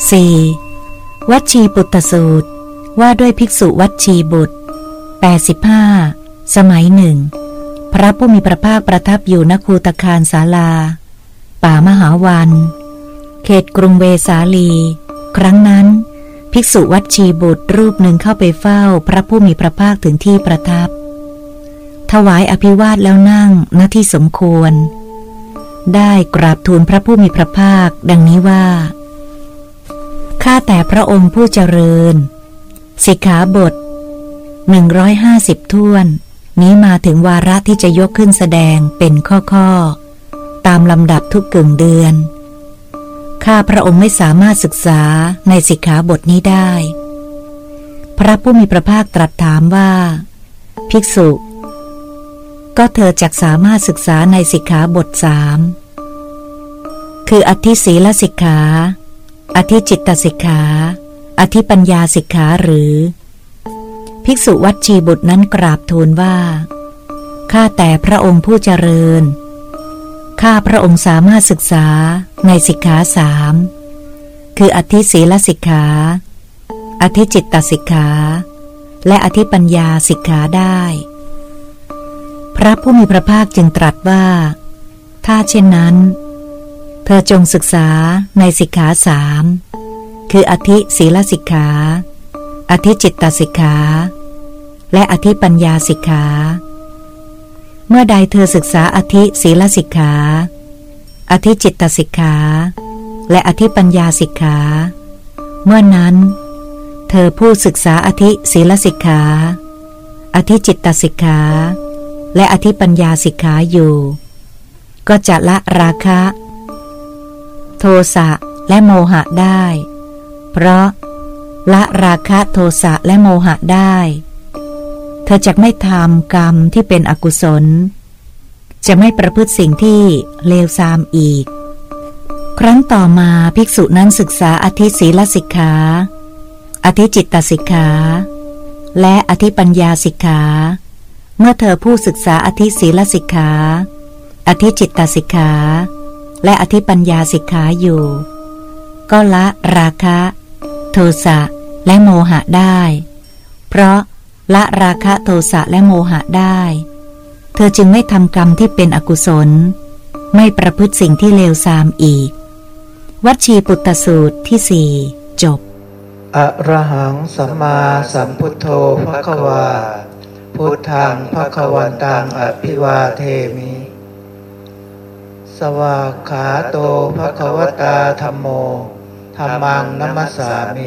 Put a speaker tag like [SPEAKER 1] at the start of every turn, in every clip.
[SPEAKER 1] 4. วัชชีปุตตสูตรว่าด้วยภิกษุวัชชีบุตร85สมัยหนึ่งพระผู้มีพระภาคประทับอยู่ณคูตคารศาลาป่ามหาวันเขตกรุงเวสาลีครั้งนั้นภิกษุวัชชีบุตรรูปหนึ่งเข้าไปเฝ้าพระผู้มีพระภาคถึงที่ประทับถวายอภิวาทแล้วนั่งณที่สมควรได้กราบทูลพระผู้มีพระภาคดังนี้ว่าข้าแต่พระองค์ผู้เจริญสิกขาบท150ถ้วนนี้มาถึงวาระที่จะยกขึ้นแสดงเป็นข้อตามลำดับทุกกึ่งเดือนข้าพระองค์ไม่สามารถศึกษาในสิกขาบทนี้ได้พระผู้มีพระภาคตรัสถามว่าภิกษุก็เธอจักสามารถศึกษาในสิกขาบท3คืออธิศีลสิกขาอธิจิตตสิกขาอธิปัญญาสิกขาหรือภิกษุวัชชีบุตรนั้นกราบทูลว่าข้าแต่พระองค์ผู้เจริญข้าพระองค์สามารถศึกษาในสิกขา3คืออธิศีลสิกขาอธิจิตตสิกขาและอธิปัญญาสิกขาได้พระผู้มีพระภาคจึงตรัสว่าถ้าเช่นนั้นเธอจงศึกษาในสิกขา3คืออธิศีลสิกขาอธิจิตตสิกขาและอธิปัญญาสิกขาเมื่อใดเธอศึกษาอธิศีลสิกขาอธิจิตตสิกขาและอธิปัญญาสิกขาเมื่อนั้นเธอผู้ศึกษาอธิศีลสิกขาอธิจิตตสิกขาและอธิปัญญาสิกขาอยู่ก็จะละราคะโทสะและโมหะได้เพราะละราคะโทสะและโมหะได้เธอจะไม่ทำกรรมที่เป็นอกุศลจะไม่ประพฤติสิ่งที่เลวทรามอีกครั้งต่อมาภิกษุนั้นศึกษาอธิศีลสิกขาอธิจิตตสิกขาและอธิปัญญาสิกขาเมื่อเธอผู้ศึกษาอธิศีลสิกขาอธิจิตตสิกขาและอธิปัญญาสิกขาอยู่ก็ละราคะโทสะและโมหะได้เพราะละราคะโทสะและโมหะได้เธอจึงไม่ทำกรรมที่เป็นอกุศลไม่ประพฤติสิ่งที่เลวทรามอีกวัชชีปุตตสูตรที่4จบ
[SPEAKER 2] อะระหังสัมมาสัมพุทโธภควาพุทธังภควันตังอภิวาเทมิสวากขาโตภควตาธัมโมธัมมังนัมสสามิ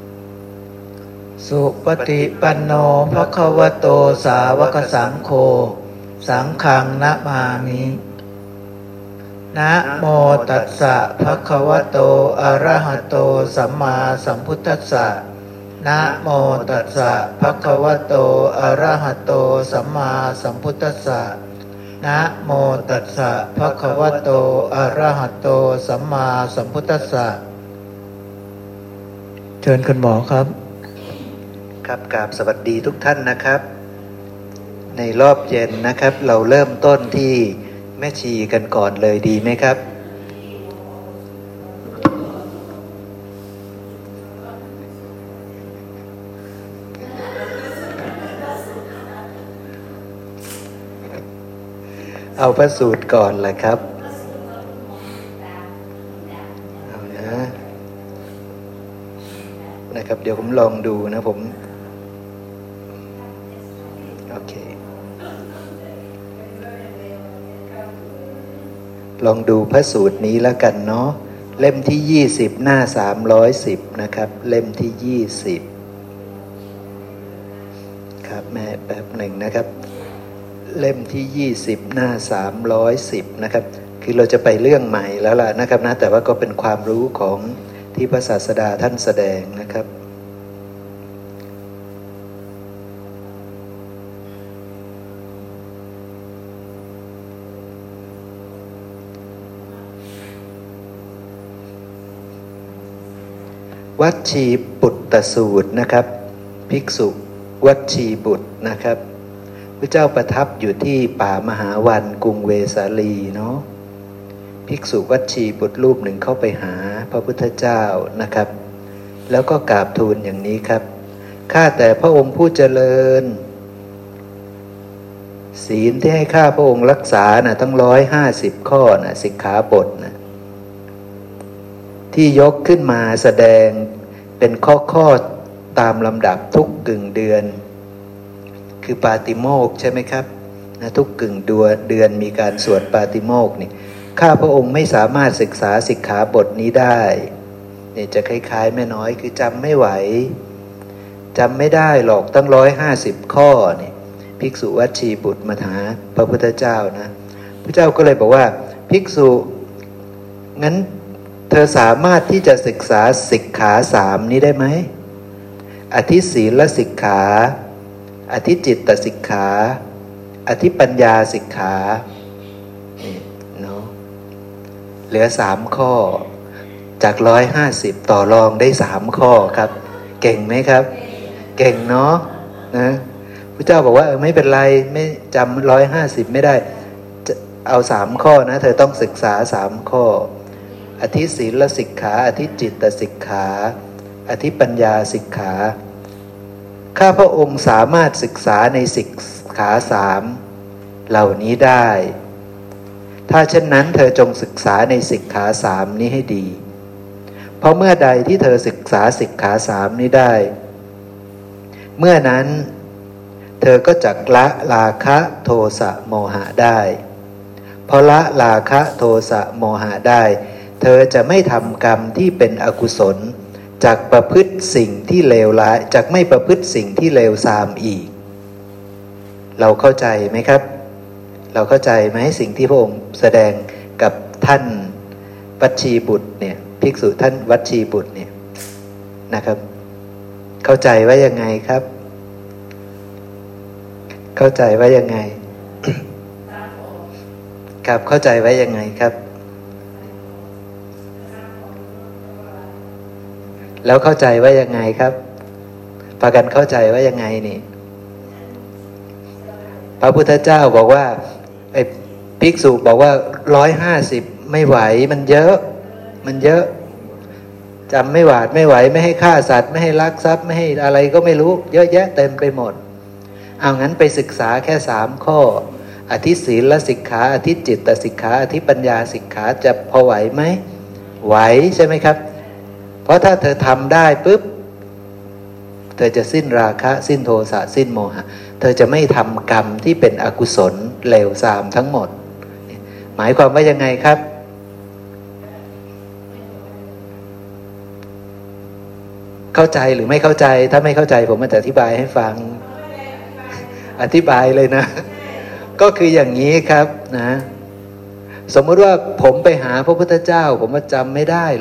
[SPEAKER 2] สุปฏิปันโนภควโตสาวกสังโฆสังฆังนะมามินะโมตัสสะภควโตอะระหะโตสัมมาสัมพุทธัสสะนะโมตัสสะภควโตอะระหะโตสัมมาสัมพุทธัสสะนะโมตัสสะภควโตอะระหะโตสัมมาสัมพุทธัสสะเชิญคุณหมอครับ
[SPEAKER 3] ครับกราบสวัสดีทุกท่านนะครับในรอบเย็นนะครับเราเริ่มต้นที่แม่ชีกันก่อนเลยดีไหมครับเอาพระสูตรก่อนเลยครับเอานะครับเดี๋ยวผมลองดูนะผมโอเคลองดูพระสูตรนี้แล้วกันเนาะเล่มที่20หน้า310นะครับเล่มที่20ครับแม่แป๊บหนึ่งนะครับเล่มที่20หน้า310นะครับคือเราจะไปเรื่องใหม่แล้วล่ะนะครับนะแต่ว่าก็เป็นความรู้ของที่พระศาสดาท่านแสดงนะครับวัชชีปุตตสูตรนะครับภิกษุวัชชีบุตรนะครับพระเจ้าประทับอยู่ที่ป่ามหาวันกรุงเวสาลีเนาะภิกษุวัชชีบุตรรูปหนึ่งเข้าไปหาพระพุทธเจ้านะครับแล้วก็กราบทูลอย่างนี้ครับข้าแต่พระองค์ผู้เจริญศีลที่ให้ข้าพระองค์รักษานะทั้ง150 ข้อนะสิกขาบทนะที่ยกขึ้นมาแสดงเป็นข้อตามลำดับทุกกึ่งเดือนคือปาติโมกข์ใช่ไหมครับนะทุกกึ่งเดือนมีการสวดปาติโมกข์นี่ข้าพระองค์ไม่สามารถศึกษาสิกขาบทนี้ได้เนี่ยจะคล้ายๆแม่น้อยคือจำไม่ไหวจำไม่ได้หรอกตั้ง150 ข้อนี่ภิกษุวัชชีบุตรมาหาพระพุทธเจ้านะพระเจ้าก็เลยบอกว่าภิกษุงั้นเธอสามารถที่จะศึกษาสิกขา3นี้ได้ไหมอธิศีลสิกขาอธิจิตตสิกขาอธิปัญญาสิกขาเนาะเหลือ3 ข้อจาก150ต่อรองได้3 ข้อครับเก่งไหมครับเก่งเนาะนะพระเจ้าบอกว่าไม่เป็นไรไม่จำ150ไม่ได้เอา3 ข้อนะเธอต้องศึกษา3 ข้ออธิศีลสิกขาอธิจิตตสิกขาอธิปัญญาสิกขาข้าพระองค์สามารถศึกษาในสิกขา3เหล่านี้ได้ถ้าเช่นนั้นเธอจงศึกษาในสิกขา3นี้ให้ดีเพราะเมื่อใดที่เธอศึกษาสิกขา3นี้ได้เมื่อนั้นเธอก็จักละราคะโทสะโมหะได้พอละราคะโทสะโมหะได้เธอจะไม่ทำกรรมที่เป็นอกุศลจักประพฤติสิ่งที่เลวร้ายจักไม่ประพฤติสิ่งที่เลวทรามอีกเราเข้าใจไหมครับเราเข้าใจไหมสิ่งที่พระองค์แสดงกับท่านวัชชีบุตรเนี่ยภิกษุท่านวัชชีบุตรเนี่ยนะครับเข้าใจว่ายังไงครับเข้าใจว่ายังไง ครับเข้าใจว่ายังไงครับแล้วเข้าใจว่ายังไงครับพากันเข้าใจว่ายังไงนี่พระพุทธเจ้าบอกว่าไอ้ภิกษุบอกว่า150ไม่ไหวมันเยอะจำไม่ไหวไม่ให้ฆ่าสัตว์ไม่ให้ลักทรัพย์ไม่ให้อะไรก็ไม่รู้เยอะแยะเต็มไปหมดเอางั้นไปศึกษาแค่3 ข้ออธิศีลสิกขาอธิจิตตสิกขาอธิปัญญาสิกขาจะพอไหวไหมไหวใช่ไหมครับเพราะถ้าเธอทำได้ปุ๊บเธอจะสิ้นราคะสิ้นโทสะสิ้นโมหะเธอจะไม่ทำกรรมที่เป็นอกุศลเลวทรามทั้งหมดหมายความว่ายังไงครับเข้าใจหรือไม่เข้าใจถ้าไม่เข้าใจผมจะอธิบายให้ฟังอธิบายเลยนะก็คืออย่างนี้ครับนะสมมติว่าผมไปหาพระพุทธเจ้าผมว่าจำไม่ได้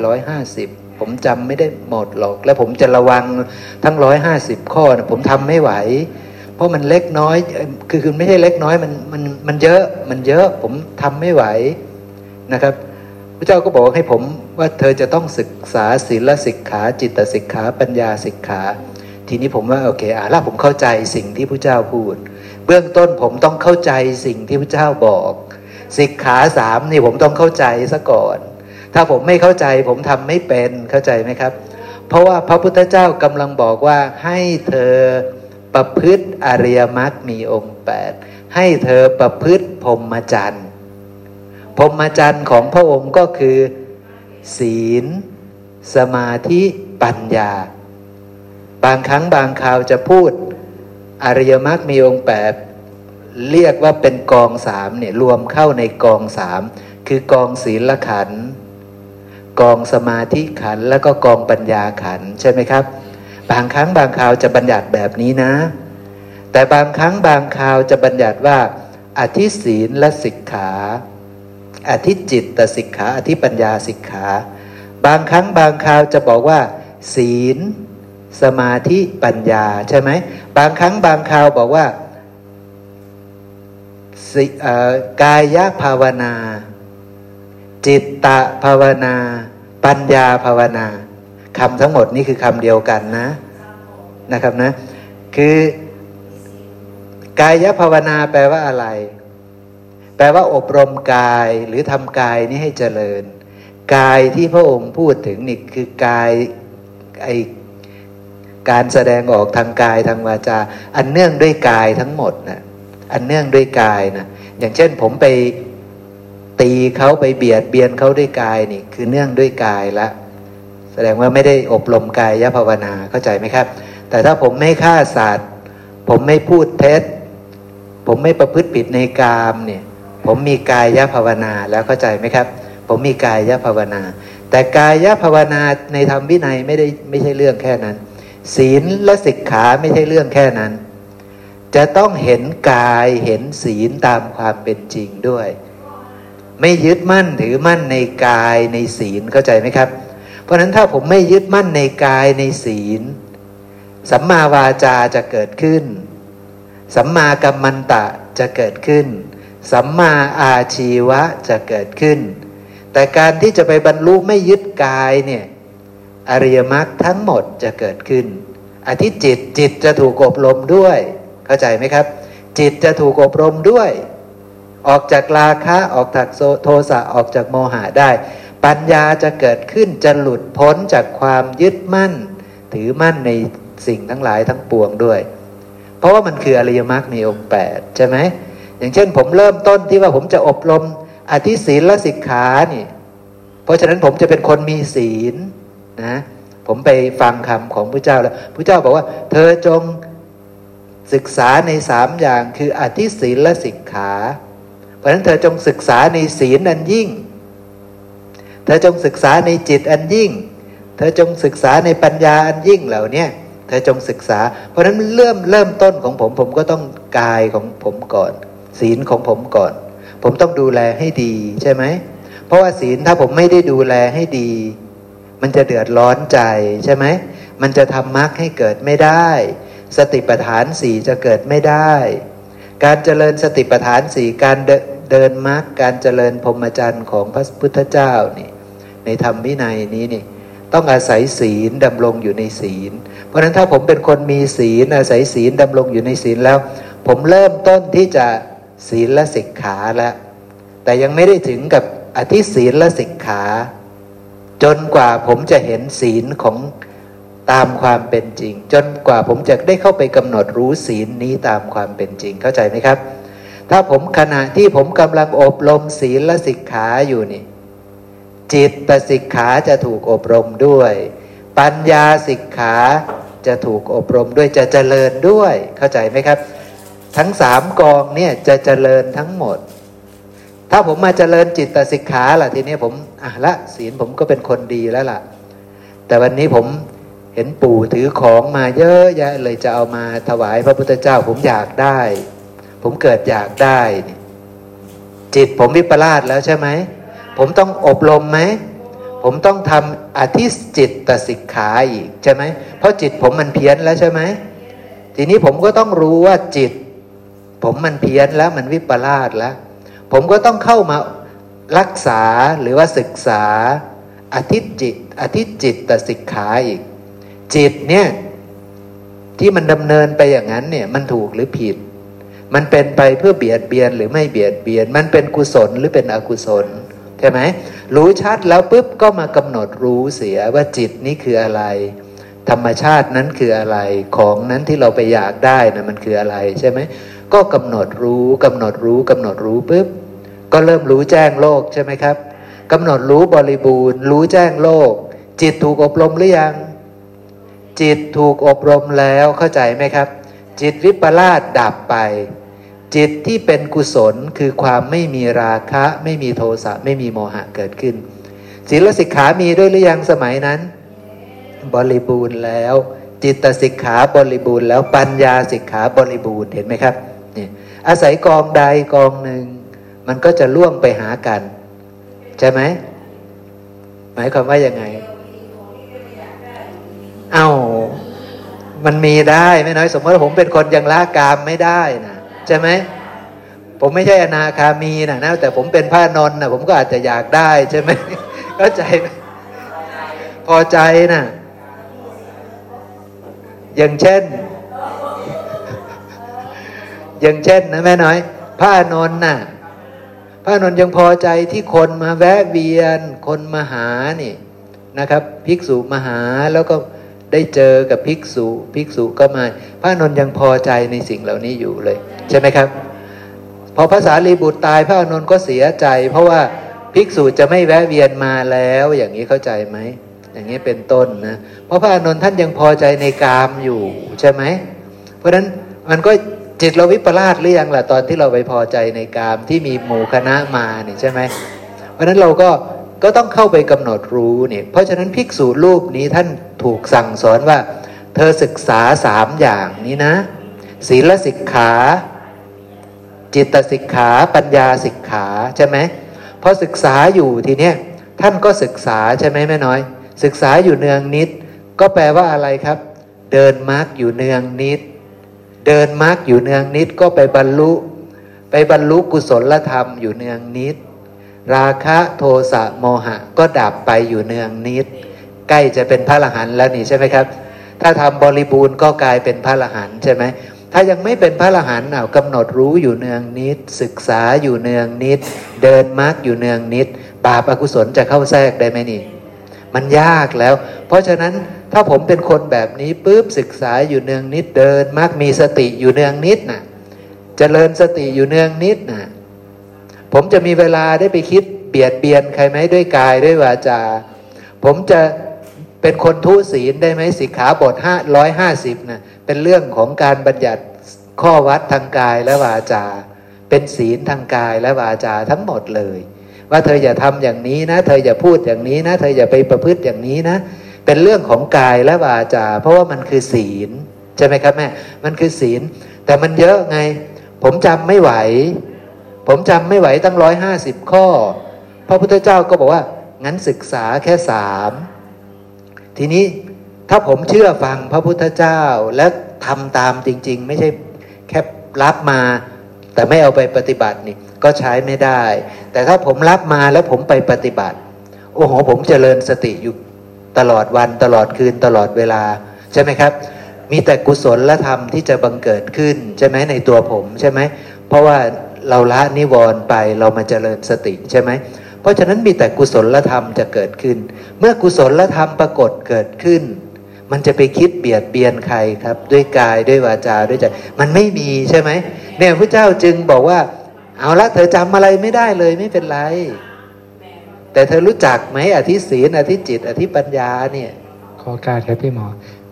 [SPEAKER 3] 150ผมจำไม่ได้หมดหรอกแล้วผมจะระวังทั้ง150ข้อนะผมทำไม่ไหวเพราะมันเล็กน้อยคือไม่ใช่เล็กน้อยมันเยอะผมทำไม่ไหวนะครับพระเจ้าก็บอกให้ผมว่าเธอจะต้องศึกษาศีลสิกขาจิตสิกขาปัญญาสิกขาทีนี้ผมว่าโอเคแล้วผมเข้าใจสิ่งที่พระเจ้าพูดเบื้องต้นผมต้องเข้าใจสิ่งที่พระเจ้าบอกสิกขา3นี่ผมต้องเข้าใจซะก่อนถ้าผมไม่เข้าใจผมทำไม่เป็นเข้าใจไหมครับเพราะว่าพระพุทธเจ้ากำลังบอกว่าให้เธอประพฤติอริยมรรคมีองค์8ให้เธอประพฤติพรหมจรรย์พรหมจรรย์ของพระองค์ก็คือศีลสมาธิปัญญาบางครั้งบางคราวจะพูดอริยมรรคมีองค์8เรียกว่าเป็นกอง3เนี่ยรวมเข้าในกอง3คือกองศีลขันธ์กองสมาธิขันธ์แล้วก็กองปัญญาขันธ์ใช่ไหมครับบางครั้งบางคราวจะบัญญัติแบบนี้นะแต่บางครั้งบางคราวจะบัญญัติว่าอธิศีลและสิกขาอธิจิตตสิกขาอธิปัญญาสิกขาบางครั้งบางคราวจะบอกว่าศีลสมาธิปัญญาใช่ไหมบางครั้งบางคราวบอกว่ากายภาวนาจิตตภาวนาปัญญาภาวนาคำทั้งหมดนี้คือคำเดียวกันนะครับนะคือกายภาวนาแปลว่าอะไรแปลว่าอบรมกายหรือทำกายนี้ให้เจริญกายที่พระองค์พูดถึงนี่คือกายการแสดงออกทางกายทางวาจาอันเนื่องด้วยกายทั้งหมดนะอันเนื่องด้วยกายนะอย่างเช่นผมไปตีเขาไปเบียดเบียนเขาด้วยกายนี่คือเนื่องด้วยกายละแสดงว่าไม่ได้อบรมกายภาวนาเข้าใจไหมครับแต่ถ้าผมไม่ฆ่าสัตว์ผมไม่พูดเท็จผมไม่ประพฤติผิดในกามเนี่ยผมมีกายภาวนาแล้วเข้าใจไหมครับผมมีกายภาวนาแต่กายภาวนาในธรรมวินัยไม่ใช่เรื่องแค่นั้นศีลและสิกขาไม่ใช่เรื่องแค่นั้นจะต้องเห็นกายเห็นศีลตามความเป็นจริงด้วยไม่ยึดมั่นถือมั่นในกายในศีลเข้าใจไหมครับเพราะฉะนั้นถ้าผมไม่ยึดมั่นในกายในศีลสัมมาวาจาจะเกิดขึ้นสัมมากัมมันตะจะเกิดขึ้นสัมมาอาชีวะจะเกิดขึ้นแต่การที่จะไปบรรลุไม่ยึดกายเนี่ยอริยมรรคทั้งหมดจะเกิดขึ้นอธิจิตจะถูกอบรมด้วยเข้าใจไหมครับจิตจะถูกอบรมด้วยออกจากราคะออกจากโทสะออกจากโมหะได้ปัญญาจะเกิดขึ้นจะหลุดพ้นจากความยึดมั่นถือมั่นในสิ่งทั้งหลายทั้งปวงด้วยเพราะว่ามันคืออริยมรรคในองค์8ใช่ไหมอย่างเช่นผมเริ่มต้นที่ว่าผมจะอบรมอธิศีลและสิกขานี่เพราะฉะนั้นผมจะเป็นคนมีศีลนะผมไปฟังคำของพระเจ้าแล้วพระเจ้าบอกว่าเธอจงศึกษาใน3อย่างคืออธิศีลและสิกขาเพราะฉะนั้นเธอจงศึกษาในศีลอันยิ่งเธอจงศึกษาในจิตอันยิ่งเธอจงศึกษาในปัญญาอันยิ่งเหล่านี้เธอจงศึกษาเพราะฉะนั้นเริ่มต้นของผมก็ต้องกายของผมก่อนศีลของผมก่อนผมต้องดูแลให้ดีใช่ไหมเพราะว่าศีลถ้าผมไม่ได้ดูแลให้ดีมันจะเดือดร้อนใจใช่ไหมมันจะทำมรรคให้เกิดไม่ได้สติปัฏฐาน4จะเกิดไม่ได้การเจริญสติปัฏฐาน4การเดินมรรคการเจริญพรหมจรรย์ของพระพุทธเจ้านี่ในธรรมวินัยนี้นี่ต้องอาศัยศีลดำรงอยู่ในศีลเพราะฉะนั้นถ้าผมเป็นคนมีศีลอาศัยศีลดำรงอยู่ในศีลแล้วผมเริ่มต้นที่จะศีลและสิกขาแล้วแต่ยังไม่ได้ถึงกับอธิศีลและสิกขาจนกว่าผมจะเห็นศีลของตามความเป็นจริงจนกว่าผมจะได้เข้าไปกำหนดรู้ศีลนี้ตามความเป็นจริงเข้าใจไหมครับถ้าผมขณะที่ผมกำลังอบรมศีลและสิกขาอยู่นี่จิตตสิกขาจะถูกอบรมด้วยปัญญาสิกขาจะถูกอบรมด้วยจะเจริญด้วยเข้าใจไหมครับทั้ง3กองเนี่ยจะเจริญทั้งหมดถ้าผมมาเจริญจิตตสิกขาล่ะทีนี้ผมละศีลผมก็เป็นคนดีแล้วล่ะแต่วันนี้ผมเห็นปู่ถือของมาเยอะแยะเลยจะเอามาถวายพระพุทธเจ้าผมอยากได้ผมเกิดอยากได้จิตผมวิปลาสแล้วใช่ไหมผมต้องอบรมไหมผมต้องทำอธิจิตตสิกขาอีกใช่ไหมเพราะจิตผมมันเพี้ยนแล้วใช่ไหมทีนี้ผมก็ต้องรู้ว่าจิตผมมันเพี้ยนแล้วมันวิปลาสแล้วผมก็ต้องเข้ามารักษาหรือว่าศึกษาอธิจิตตสิกขาอีกจิตเนี่ยที่มันดำเนินไปอย่างนั้นเนี่ยมันถูกหรือผิดมันเป็นไปเพื่อเบียดเบียนหรือไม่เบียดเบียนมันเป็นกุศลหรือเป็นอกุศลใช่ไหมรู้ชัดแล้วปุ๊บก็มากำหนดรู้เสียว่าจิตนี้คืออะไรธรรมชาตินั้นคืออะไรของนั้นที่เราไปอยากได้นะมันคืออะไรใช่ไหมก็กำหนดรู้ปุ๊บก็เริ่มรู้แจ้งโลกใช่ไหมครับกำหนดรู้บริบูรณ์รู้แจ้งโลกจิตถูกอบรมหรือยังจิตถูกอบรมแล้วเข้าใจไหมครับจิตวิปลาสดับไปจิตที่เป็นกุศลคือความไม่มีราคะไม่มีโทสะไม่มีโมหะเกิดขึ้นศีลสิกขามีด้วยหรือยังสมัยนั้นบริบูรณ์แล้วจิตตสิกขาบริบูรณ์แล้วปัญญาสิกขาบริบูรณ์เห็นไหมครับนี่อาศัยกองใดกองหนึ่งมันก็จะล่วงไปหากันใช่ไหมหมายความว่ายังไงมันมีได้ไม่น้อยสมมติว่าผมเป็นคนยังละกามไม่ได้นะใช่ไหมผมไม่ใช่อนาคามีนะแต่ผมเป็นพระนนท์นะผมก็อาจจะอยากได้ใช่ไหมเข้าใจไหมพอใจนะอย่างเช่นนะแม่น้อยพระนนท์น่ะพระอานนท์ยังพอใจที่คนมาแวะเวียนคนมาหานี่นะครับภิกษุมาหาแล้วก็ได้เจอกับภิกษุก็มาพระอานนท์ยังพอใจในสิ่งเหล่านี้อยู่เลยใช่ไหมครับพอพระสารีบุตรตายพระอานนท์ก็เสียใจเพราะว่าภิกษุจะไม่แวะเวียนมาแล้วอย่างนี้เข้าใจไหมอย่างนี้เป็นต้นนะเพราะพระอานนท์ท่านยังพอใจในกามอยู่ใช่ไหมเพราะฉะนั้นมันก็จิตเราวิปลาสหรือยังล่ะตอนที่เราไปพอใจในกามที่มีหมู่คณะมาเนี่ยใช่ไหมเพราะฉะนั้นเราก็ต้องเข้าไปกำหนดรู้เนี่ยเพราะฉะนั้นภิกษุรูปนี้ท่านถูกสั่งสอนว่าเธอศึกษา3อย่างนี้นะศีลสิกขาจิตสิกขาปัญญาสิกขาใช่ไหมพอศึกษาอยู่ทีเนี้ยท่านก็ศึกษาใช่ไหมแม่น้อยศึกษาอยู่เนืองนิดก็แปลว่าอะไรครับเดินมรรคอยู่เนืองนิดเดินมรรคอยู่เนืองนิดก็ไปบรรลุกุศลธรรมอยู่เนืองนิดราคะโทสะโมหะก็ดับไปอยู่เนืองนิดใกล้จะเป็นพระอรหันต์แล้วนี่ใช่ไหมครับถ้าทำบริบูรณ์ก็กลายเป็นพระอรหันต์ใช่ไหมถ้ายังไม่เป็นพระอรหันต์กำหนดรู้อยู่เนืองนิดศึกษาอยู่เนืองนิดเดินมรรคอยู่เนืองนิดบาปอกุศลจะเข้าแทรกได้ไหมนี่มันยากแล้วเพราะฉะนั้นถ้าผมเป็นคนแบบนี้ปุ๊บศึกษาอยู่เนืองนิดเดินมรรคมีสติอยู่เนืองนิดน่ะเจริญสติอยู่เนืองนิดน่ะผมจะมีเวลาได้ไปคิดเบียดเบียนใครไหมด้วยกายด้วยวาจาผมจะเป็นคนทุศีลได้ไหมสิกขาบท150นะเป็นเรื่องของการบัญญัติข้อวัดทางกายและวาจาเป็นศีลทางกายและวาจาทั้งหมดเลยว่าเธออย่าทำอย่างนี้นะเธออย่าพูดอย่างนี้นะเธออย่าไปประพฤติอย่างนี้นะเป็นเรื่องของกายและวาจาเพราะว่ามันคือศีลใช่ไหมครับแม่มันคือศีลแต่มันเยอะไงผมจำไม่ไหวตั้ง150ข้อพระพุทธเจ้าก็บอกว่างั้นศึกษาแค่3ทีนี้ถ้าผมเชื่อฟังพระพุทธเจ้าและทำตามจริงๆไม่ใช่แค่รับมาแต่ไม่เอาไปปฏิบัตินี่ก็ใช้ไม่ได้แต่ถ้าผมรับมาแล้วผมไปปฏิบัติโอ้โหผมเจริญสติอยู่ตลอดวันตลอดคืนตลอดเวลาใช่ไหมครับมีแต่กุศลธรรมที่จะบังเกิดขึ้นใช่ไหมในตัวผมใช่ไหมเพราะว่าเราละนิวรณ์ไปเรามาเจริญสติใช่ไหมเพราะฉะนั้นมีแต่กุศลธรรมจะเกิดขึ้นเมื่อกุศลธรรมปรากฏเกิดขึ้นมันจะไปคิดเบียดเบียนใครครับด้วยกายด้วยวาจาด้วยใจมันไม่มีใช่ไหมเนี่ยพระเจ้าจึงบอกว่าเอาละเธอจำอะไรไม่ได้เลยไม่เป็นไรแต่เธอรู้จักไหมอธิศีลอธิจิตอธิปัญญาเนี่ย
[SPEAKER 4] ขอการครับพี่หมอ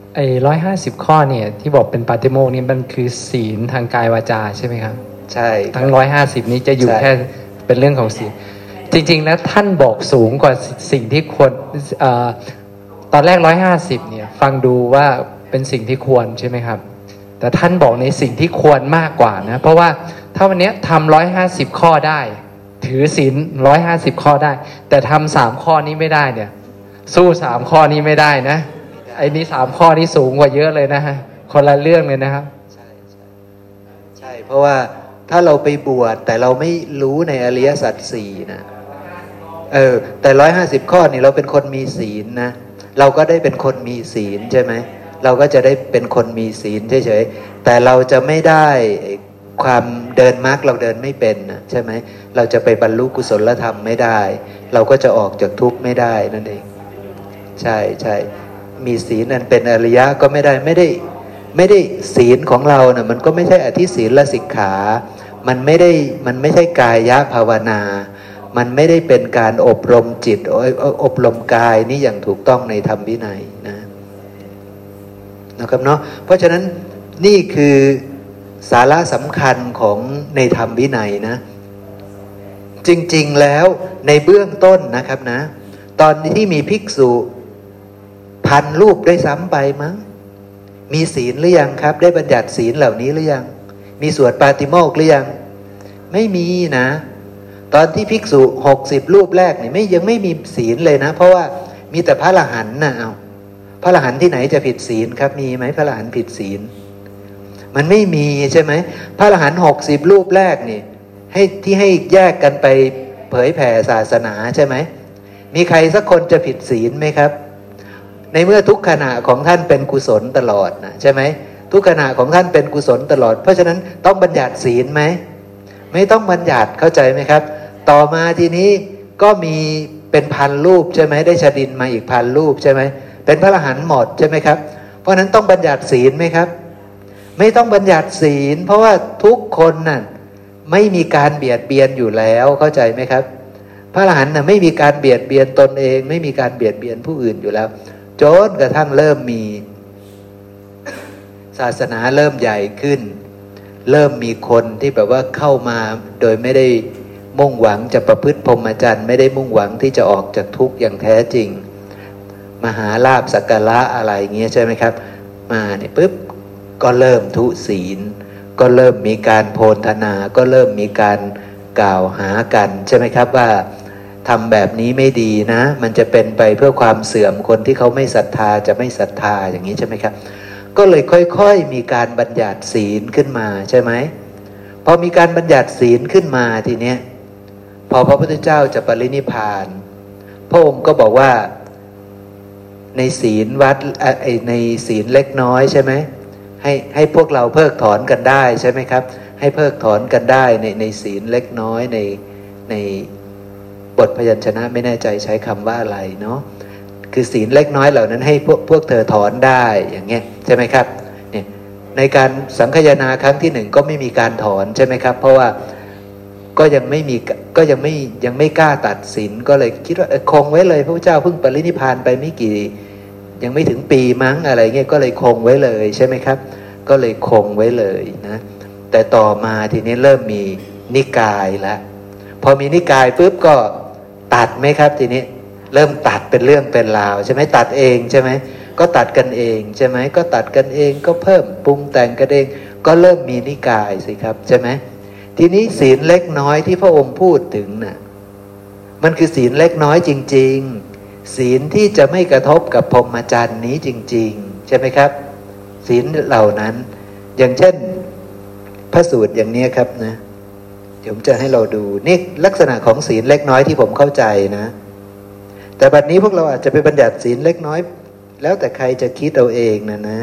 [SPEAKER 4] 150ข้อเนี่ยที่บอกเป็นปาฏิโมกข์นี่มันคือศีลทางกายวาจาใช่ไหมครับ
[SPEAKER 3] ใช่
[SPEAKER 4] ทั้ง150นี้จะอยู่แค่เป็นเรื่องของศีลจริงๆแล้วท่านบอกสูงกว่าสิ่งที่ควรตอนแรก150เนี่ยฟังดูว่าเป็นสิ่งที่ควรใช่ไหมครับแต่ท่านบอกในสิ่งที่ควรมากกว่านะเพราะว่าถ้าวันนี้ทำ150ข้อได้ถือศีล150ข้อได้แต่ทำ3ข้อนี้ไม่ได้เนี่ยสู้3ข้อนี้ไม่ได้นะไอ้นี้3ข้อนี้สูงกว่าเยอะเลยนะฮะคนละเรื่องเลยนะครับ
[SPEAKER 3] ใช่เพราะว่าถ้าเราไปบวชแต่เราไม่รู้ในอริยสัจสี่นะแต่150ข้อนี่เราเป็นคนมีศีลนะเราก็ได้เป็นคนมีศีลใช่ไหมเราก็จะได้เป็นคนมีศีลเฉยๆแต่เราจะไม่ได้ความเดินมรรคเราเดินไม่เป็นนะใช่ไหมเราจะไปบรรลุกุศลธรรมไม่ได้เราก็จะออกจากทุกข์ไม่ได้นั่นเองใช่ใช่มีศีลอันเป็นอริยะก็ไม่ได้ศีลของเรานะมันก็ไม่ใช่อธิศีลและสิกขามันไม่ใช่กายภาวนามันไม่ได้เป็นการอบรมจิตอบรมกายนี่อย่างถูกต้องในธรรมวินัยนะครับเนาะเพราะฉะนั้นนี่คือสาระสำคัญของในธรรมวินัยนะจริงๆแล้วในเบื้องต้นนะครับนะตอนที่มีภิกษุ1,000 รูปด้วยซ้ำไปมั้งมีศีลหรือยังครับได้บัญญัติศีลเหล่านี้หรือยังมีสวดปาติโมกข์หรือยังไม่มีนะตอนที่ภิกษุ60 รูปแรกเนี่ยยังไม่มีศีลเลยนะเพราะว่ามีแต่พระอรหันต์นะเอาพระอรหันต์ที่ไหนจะผิดศีลครับมีไหมพระอรหันต์ผิดศีลมันไม่มีใช่ไหมพระอรหันต์60 รูปแรกนี่ให้แยกกันไปเผยแผ่ศาสนาใช่ไหมมีใครสักคนจะผิดศีลไหมครับในเมื่อทุกขณะของท่านเป็นกุศลตลอดนะใช่ไหมทุกขณะของท่านเป็นกุศลตลอดเพราะฉะนั้นต้องบัญญัติศีลไหมไม่ต้องบัญญัติเข้าใจไหมครับต่อมาทีนี้ก็มีเป็นพันรูปใช่ไหมได้ชดินมาอีกพันรูปใช่ไหมเป็นพระอรหันต์หมดใช่ไหมครับเพราะนั้นต้องบัญญัติศีลไหมครับไม่ต้องบัญญัติศีลเพราะว่าทุกคนน่ะไม่มีการเบียดเบียนอยู่แล้วเข้าใจไหมครับพระอรหันต์น่ะไม่มีการเบียดเบียนตนเองไม่มีการเบียดเบียนผู้อื่นอยู่แล้วจนกระทั่งเริ่มมีศาสนาเริ่มใหญ่ขึ้นเริ่มมีคนที่แบบว่าเข้ามาโดยไม่ได้มุ่งหวังจะประพฤติพรหมจรรย์ไม่ได้มุ่งหวังที่จะออกจากทุกข์อย่างแท้จริงมหาลาภสักการะอะไรเงี้ยใช่ไหมครับมาเนี่ยปุ๊บก็เริ่มทุศีลก็เริ่มมีการโพลธนาก็เริ่มมีการกล่าวหากันใช่ไหมครับว่าทำแบบนี้ไม่ดีนะมันจะเป็นไปเพื่อความเสื่อมคนที่เขาไม่ศรัทธาจะไม่ศรัทธาอย่างนี้ใช่ไหมครับก็เลยค่อยๆมีการบัญญัติศีลขึ้นมาใช่ไหมพอมีการบัญญัติศีลขึ้นมาทีเนี้ยพอพระพุทธเจ้าจะปรินิพพานพระองค์ก็บอกว่าในศีลวัดในศีลเล็กน้อยใช่ไหมให้พวกเราเพิกถอนกันได้ใช่ไหมครับให้เพิกถอนกันได้ในศีลเล็กน้อยในบทพยัญชนะไม่แน่ใจใช้คำว่าอะไรเนาะคือศีลเล็กน้อยเหล่านั้นให้พวกเธอถอนได้อย่างเงี้ยใช่ไหมครับเนี่ยในการสังคายนาครั้งที่หนึ่งก็ไม่มีการถอนใช่ไหมครับเพราะว่าก็ยังไม่กล้าตัดสินก็เลยคิดว่าคงไว้เลยพระพุทธเจ้าเพิ่งปรินิพพานไปไม่กี่ยังไม่ถึงปีมั้งอะไรเงี้ยก็เลยคงไว้เลยใช่ไหมครับก็เลยคงไว้เลยนะแต่ต่อมาทีนี้เริ่มมีนิกายแล้วพอมีนิกายปุ๊บก็ตัดไหมครับทีนี้เริ่มตัดเป็นเรื่องเป็นราวใช่ไหมตัดเองใช่ไหมก็ตัดกันเองใช่ไหมก็ตัดกันเองก็เพิ่มปรุงแต่งกันเองก็เริ่มมีนิกายสิครับใช่ไหมทีนี้ศีลเล็กน้อยที่พระองค์พูดถึงน่ะมันคือศีลเล็กน้อยจริงๆศีลที่จะไม่กระทบกับพรหมจรรย์นี้จริงๆใช่ไหมครับศีลเหล่านั้นอย่างเช่นพระสูตรอย่างนี้ครับนะเดี๋ยวผมจะให้เราดูนี่ลักษณะของศีลเล็กน้อยที่ผมเข้าใจนะแต่บัดนี้พวกเราอาจจะไปบัญญัติศีลเล็กน้อยแล้วแต่ใครจะคิดเอาเองนะ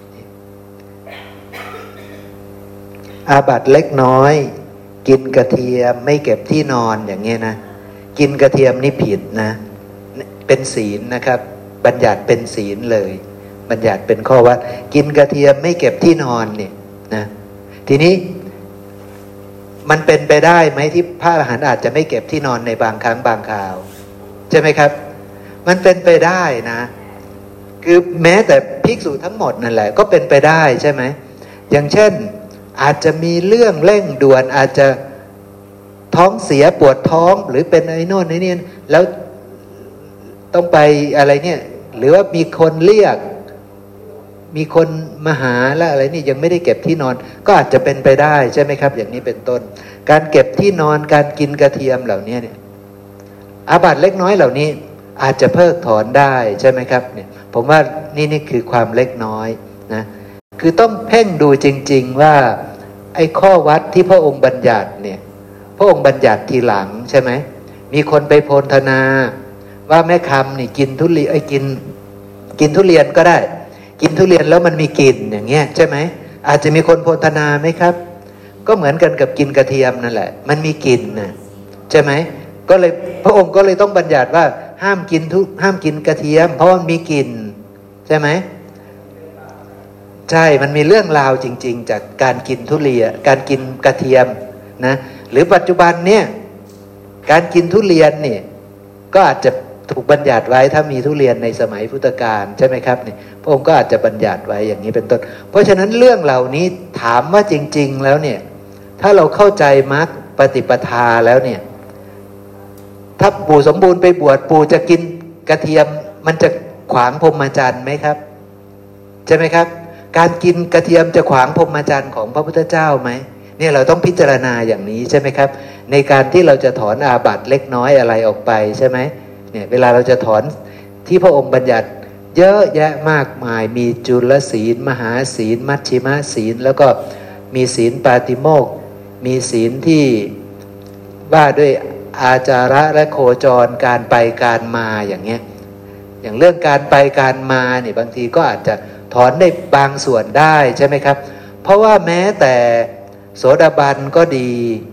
[SPEAKER 3] อาบัติเล็กน้อยกินกระเทียมไม่เก็บที่นอนอย่างเงี้ยนะกินกระเทียมนี่ผิดนะเป็นศีลนะครับบัญญัติเป็นศีลเลยบัญญัติเป็นข้อว่ากินกระเทียมไม่เก็บที่นอนเนี่ยนะทีนี้มันเป็นไปได้ไหมที่พระอรหันต์อาจจะไม่เก็บที่นอนในบางครั้งบางคราวใช่ไหมครับมันเป็นไปได้นะคือแม้แต่ภิกษุทั้งหมดนั่นแหละก็เป็นไปได้ใช่ไหมอย่างเช่นอาจจะมีเรื่องเร่งด่วนอาจจะท้องเสียปวดท้องหรือเป็นไอ้โน่นไอ้นี่แล้วต้องไปอะไรเนี่ยหรือว่ามีคนเรียกมีคนมาหาแล้วอะไรนี่ยังไม่ได้เก็บที่นอนก็อาจจะเป็นไปได้ใช่ไหมครับอย่างนี้เป็นต้นการเก็บที่นอนการกินกระเทียมเหล่านี้เนี่ยอาบัติเล็กน้อยเหล่านี้อาจจะเพิกถอนได้ใช่ไหมครับเนี่ยผมว่านี่คือความเล็กน้อยนะคือต้องเพ่งดูจริงๆว่าไอ้ข้อวัดที่พระองค์บัญญัติเนี่ยพระองค์บัญญัติทีหลังใช่ไหมมีคนไปโพลธนาว่าแม่คำนี่กินทุเรียนกินทุเรียนก็ได้กินทุเรียนแล้วมันมีกลิ่นอย่างเงี้ยใช่ไหมอาจจะมีคนโพลธนาไหมครับก็เหมือนกันกับกินกระเทียมนั่นแหละมันมีกลิ่นนะใช่ไหมก็เลยพระองค์ก็เลยต้องบัญญัติว่าห้ามกินกระเทียมเพราะมันมีกลิ่นใช่ไหมใช่มันมีเรื่องราวจริงๆจากการกินทุเรียนการกินกระเทียมนะหรือปัจจุบันเนี่ยการกินทุเรียนเนี่ยก็อาจจะถูกบัญญัติไว้ถ้ามีทุเรียนในสมัยพุทธกาลใช่ไหมครับเนี่ยพระองค์ก็อาจจะบัญญัติไว้อย่างนี้เป็นต้นเพราะฉะนั้นเรื่องเหล่านี้ถามว่าจริงๆแล้วเนี่ยถ้าเราเข้าใจมรรคปฏิปทาแล้วเนี่ยถ้าปู่สมบูรณ์ไปบวชปู่จะกินกระเทียมมันจะขวางพรหมจรรย์ไหมครับใช่ไหมครับการกินกระเทียมจะขวางพรหมจรรย์ของพระพุทธเจ้าไหมเนี่ยเราต้องพิจารณาอย่างนี้ใช่ไหมครับในการที่เราจะถอนอาบัติเล็กน้อยอะไรออกไปใช่ไหมเนี่ยเวลาเราจะถอนที่พระองค์บัญญัติเยอะแยะมากมายมีจุลศีลมหาศีลมัชฌิมศีลแล้วก็มีศีลปาติโมกข์มีศีลที่ว่าด้วยอาจาระและโคจรการไปการมาอย่างเงี้ยอย่างเรื่องการไปการมาเนี่ยบางทีก็อาจจะถอนได้บางส่วนได้ใช่ไหมครับเพราะว่าแม้แต่โสดาบันก็ดี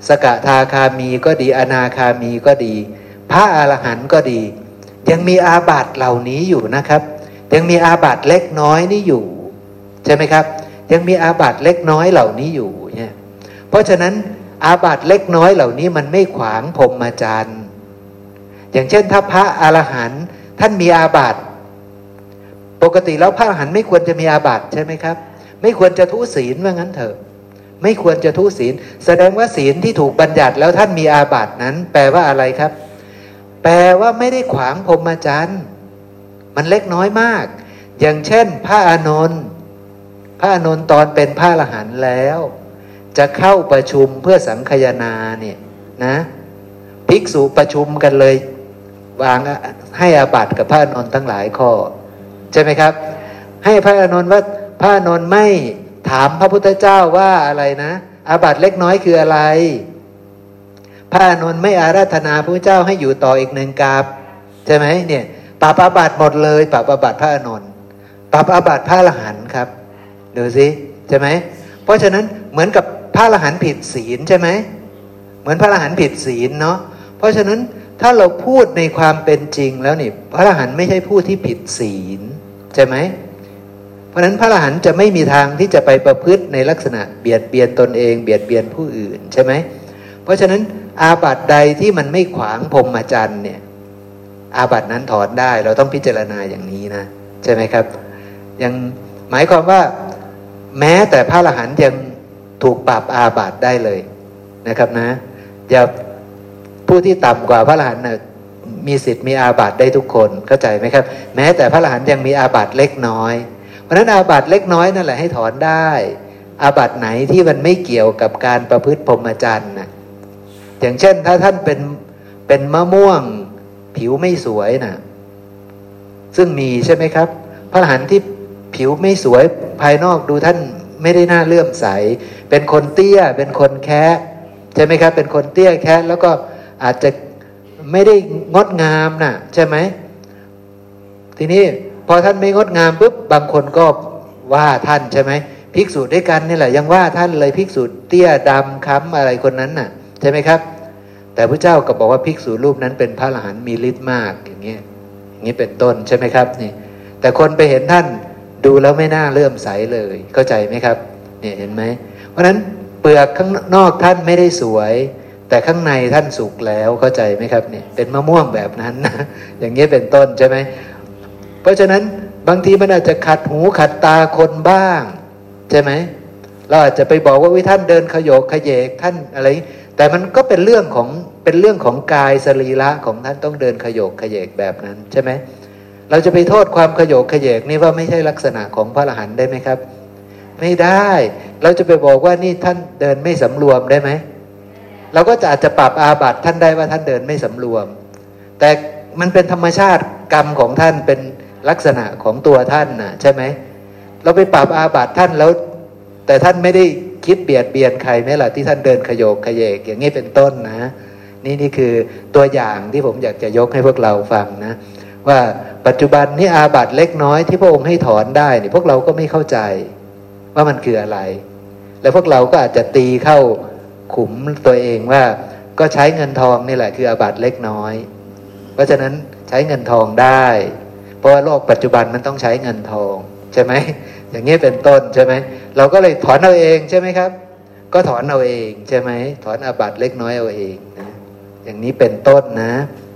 [SPEAKER 3] สกทาคามีก็ดีอนาคามีก็ดีพระอรหันต์ก็ดียังมีอาบัติเหล่านี้อยู่นะครับยังมีอาบัติเล็กน้อยนี่อยู่ใช่ไหมครับยังมีอาบัติเล็กน้อยเหล่านี้อยู่เนี่ยเพราะฉะนั้นอาบัติเล็กน้อยเหล่านี้มันไม่ขวางพรหมจรรย์อย่างเช่นถ้าพระอรหันต์ท่านมีอาบัติปกติแล้วพระอรหันต์ไม่ควรจะมีอาบัติใช่ไหมครับไม่ควรจะทุศีลว่างั้นเถอะไม่ควรจะทุศีลแสดงว่าศีลที่ถูกบัญญัติแล้วท่านมีอาบัตินั้นแปลว่าอะไรครับแปลว่าไม่ได้ขวางพรหมจรรย์มันเล็กน้อยมากอย่างเช่นพระอานนท์ตอนเป็นพระอรหันต์แล้วจะเข้าประชุมเพื่อสังคายนาเนี่ยนะภิกษุประชุมกันเลยวางให้อาบัติกับพระอานนท์ทั้งหลายข้อใช่ไหมครับให้พระอานนท์ว่าพระอานนท์ไม่ถามพระพุทธเจ้าว่าอะไรนะอาบัติเล็กน้อยคืออะไรพระอานนท์ไม่อาราธนาพระพุทธเจ้าให้อยู่ต่ออีกหนึ่งกาบใช่ไหมเนี่ยปรับอาบัติหมดเลยปรับอาบัติพระอานนท์ปรับอาบัติพระอรหันต์ครับดูสิใช่ไหมเพราะฉะนั้นเหมือนกับพระอรหันต์ผิดศีลใช่ไหมเหมือนพระอรหันต์ผิดศีลเนาะเพราะฉะนั้นถ้าเราพูดในความเป็นจริงแล้วนี่พระอรหันต์ไม่ใช่ผู้ที่ผิดศีลใช่ไหมเพราะฉะนั้นพระอรหันต์จะไม่มีทางที่จะไปประพฤติในลักษณะเบียดเบียนตนเองเบียดเบียนผู้อื่นใช่ไหมเพราะฉะนั้นอาบัติใดที่มันไม่ขวางพรหมจรรย์เนี่ยอาบัตินั้นถอนได้เราต้องพิจารณาอย่างนี้นะใช่ไหมครับยังหมายความว่าแม้แต่พระอรหันต์ยังถูกปรับอาบัติได้เลยนะครับนะอย่าผู้ที่ต่ำกว่าพระอรหันต์มีสิทธิ์มีอาบัติได้ทุกคนเข้าใจไหมครับแม้แต่พระอรหันต์ยังมีอาบัติเล็กน้อยเพราะฉะนั้นอาบัติเล็กน้อยนั่นแหละให้ถอนได้อาบัติไหนที่มันไม่เกี่ยวกับการประพฤติพรหมจรรย์นะอย่างเช่นถ้าท่านเป็นมะม่วงผิวไม่สวยนะซึ่งมีใช่ไหมครับพระอรหันต์ที่ผิวไม่สวยภายนอกดูท่านไม่ได้น่าเลื่อมใสเป็นคนเตี้ยเป็นคนแคะใช่ไหมครับเป็นคนเตี้ยแคะแล้วก็อาจจะไม่ได้งดงามนะใช่ไหมทีนี้พอท่านไม่งดงามปุ๊บบางคนก็ว่าท่านใช่ไหมภิกษุด้วยกันนี่แหละยังว่าท่านเลยภิกษุเตี้ยดำค้ำอะไรคนนั้นน่ะใช่ไหมครับแต่พระเจ้าก็บอกว่าภิกษุรูปนั้นเป็นพระอรหันต์มีฤทธิ์มากอย่างนี้เป็นต้นใช่ไหมครับนี่แต่คนไปเห็นท่านดูแล้วไม่น่าเลื่อมใสเลยเข้าใจไหมครับเนี่ยเห็นไหมเพราะฉะนั้นเปลือกข้างนอกท่านไม่ได้สวยแต่ข้างในท่านสุกแล้วเข้าใจไหมครับเนี่ยเป็นมะม่วงแบบนั้นนะอย่างนี้เป็นต้นใช่ไหมเพราะฉะนั้นบางทีมันอาจจะขัดหูขัดตาคนบ้างใช่ไหมเราอาจจะไปบอกว่าท่านเดินขยโยกขยเยกท่านอะไรแต่มันก็เป็นเรื่องของกายสรีระของท่านต้องเดินขยโยกขยเยกแบบนั้นใช่ไหมเราจะไปโทษความขยโยกขยเยกนี่ว่าไม่ใช่ลักษณะของพระอรหันต์ได้ไหมครับไม่ได้เราจะไปบอกว่านี่ท่านเดินไม่สำรวมได้ไหมเราก็อาจจะปรับอาบัติท่านได้ว่าท่านเดินไม่สำรวมแต่มันเป็นธรรมชาติกรรมของท่านเป็นลักษณะของตัวท่านน่ะใช่ไหมเราไปปรับอาบัติท่านแล้วแต่ท่านไม่ได้คิดเบียดเบียนใครไหมล่ะที่ท่านเดินขยโยกขยเยกอย่างนี้เป็นต้นนะนี่คือตัวอย่างที่ผมอยากจะยกให้พวกเราฟังนะว่าปัจจุบันนี้อาบัติเล็กน้อยที่พระองค์ให้ถอนได้นี่พวกเราก็ไม่เข้าใจว่ามันคืออะไรแล้วพวกเราก็อาจจะตีเข้าขุมตัวเองว่าก็ใช้เงินทองนี่แหละคืออาบัติเล็กน้อยเพราะฉะนั้นใช้เงินทองได้เพราะว่าโลกปัจจุบันมันต้องใช้เงินทองใช่ไหมอย่างนี้เป็นต้นใช่ไหมเราก็เลยถอนเอาเองใช่ไหมครับก็ถอนเอาเองใช่ไหมถอนอาบัติเล็กน้อยเอาเองนะอย่างนี้เป็นต้นนะ